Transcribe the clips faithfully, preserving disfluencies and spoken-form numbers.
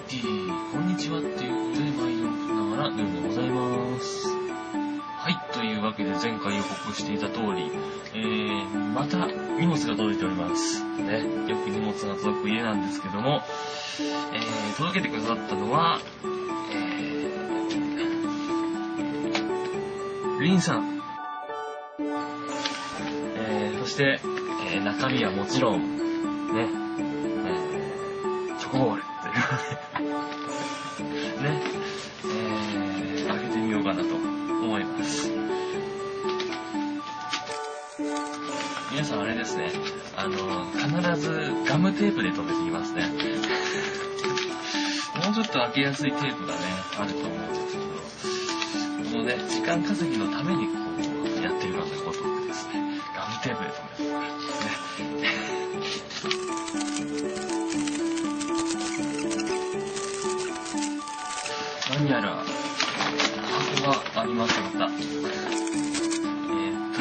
えー、こんにちはっていうことで、毎度ながら、ルーでございます。はい、というわけで前回予告していた通り、えー、また荷物が届いております。ね、よく荷物が届く家なんですけども、えー、届けてくださったのは、えー、リンさん。えー、そして、えー、中身はもちろん、ね、えー、チョコボールということで、ね、えー、開けてみようかなと思います。皆さんあれですね、あの、必ずガムテープで留めていますね。もうちょっと開けやすいテープがね、あると思うんですけど、このね、時間稼ぎのためにこう、やってるようなことですね。ガムテープで留めてますね。何やら箱がありますまた。えー、っと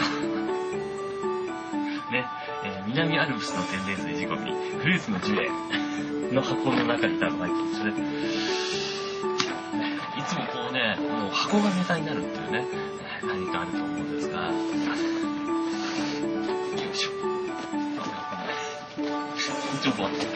ね、えー、南アルプスの天然水仕込みフルーツのジュレの箱の中に多分入ってるんですね。ね、いつもこうね、もう箱がネタになるっていうね、何かあると思うんですが、よいしょ。ちょっと待って。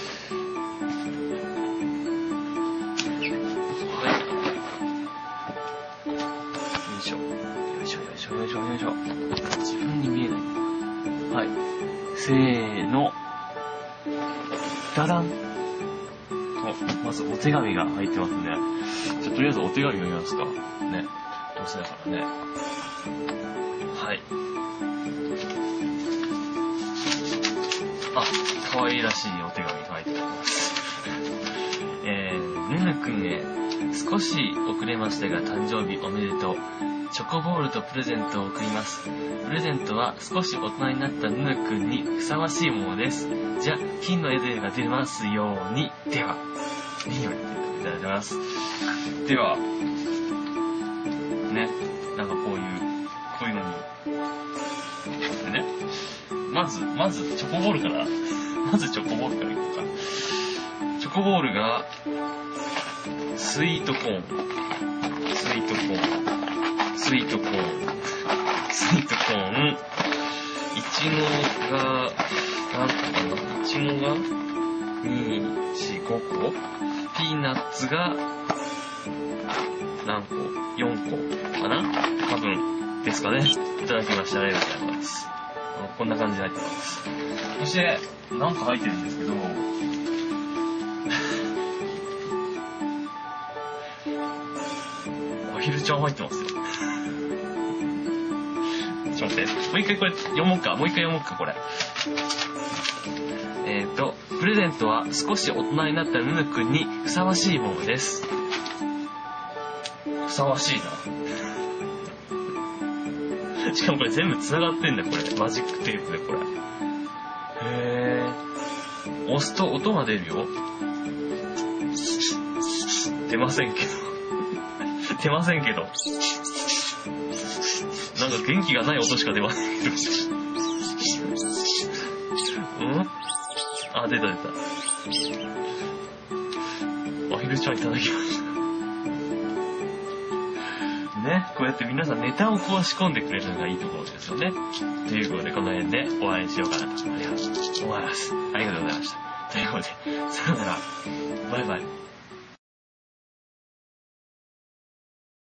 自分に見えない。はい。せーの。ダダン。お、まずお手紙が入ってますね。じゃあとりあえずお手紙読みますか。ね。どうせだからね。はい。あ、可愛らしいお手紙が入ってます。えー、ヌヌくんへ、少し遅れましたが誕生日おめでとう。チョコボールとプレゼントを送ります。プレゼントは少し大人になったヌヌくんにふさわしいものです。じゃあ、金のエデルが出ますように。では、いいようにいただきます。では、ね、なんかこういう、こういうのに。ね、まず、まずチョコボールから、まずチョコボールからいこうか。チョコボールが、スイートコーン。スイートコーン。スイートコーン、スイートコーン、いちごが、何個かな？いちごが、に、よん、ごこ、ピーナッツが、何個？よんこかな？多分、ですかね。いただきました。ありがとうございます。こんな感じで入ってます。そして、なんか入ってるんですけど、アヒルちゃん入ってますよ。ちょっと待って。もう一回これ読もうか。もう一回読もうか、これ。えーと、プレゼントは少し大人になったヌヌくんにふさわしいものです。ふさわしいな。しかもこれ全部繋がってんだよ、これ。マジックテープで、これ。へー。押すと音が出るよ。出ませんけど。出ませんけど。なんか元気がない音しか出ませんけど。うんあ、出た出た。アヒルちゃんいただきました。ね、こうやって皆さんネタをこう仕込んでくれるのがいいところですよね。ということで、この辺で終わりにしようかなと思います。ありがとうございました。ということで、さよなら。バイバイ。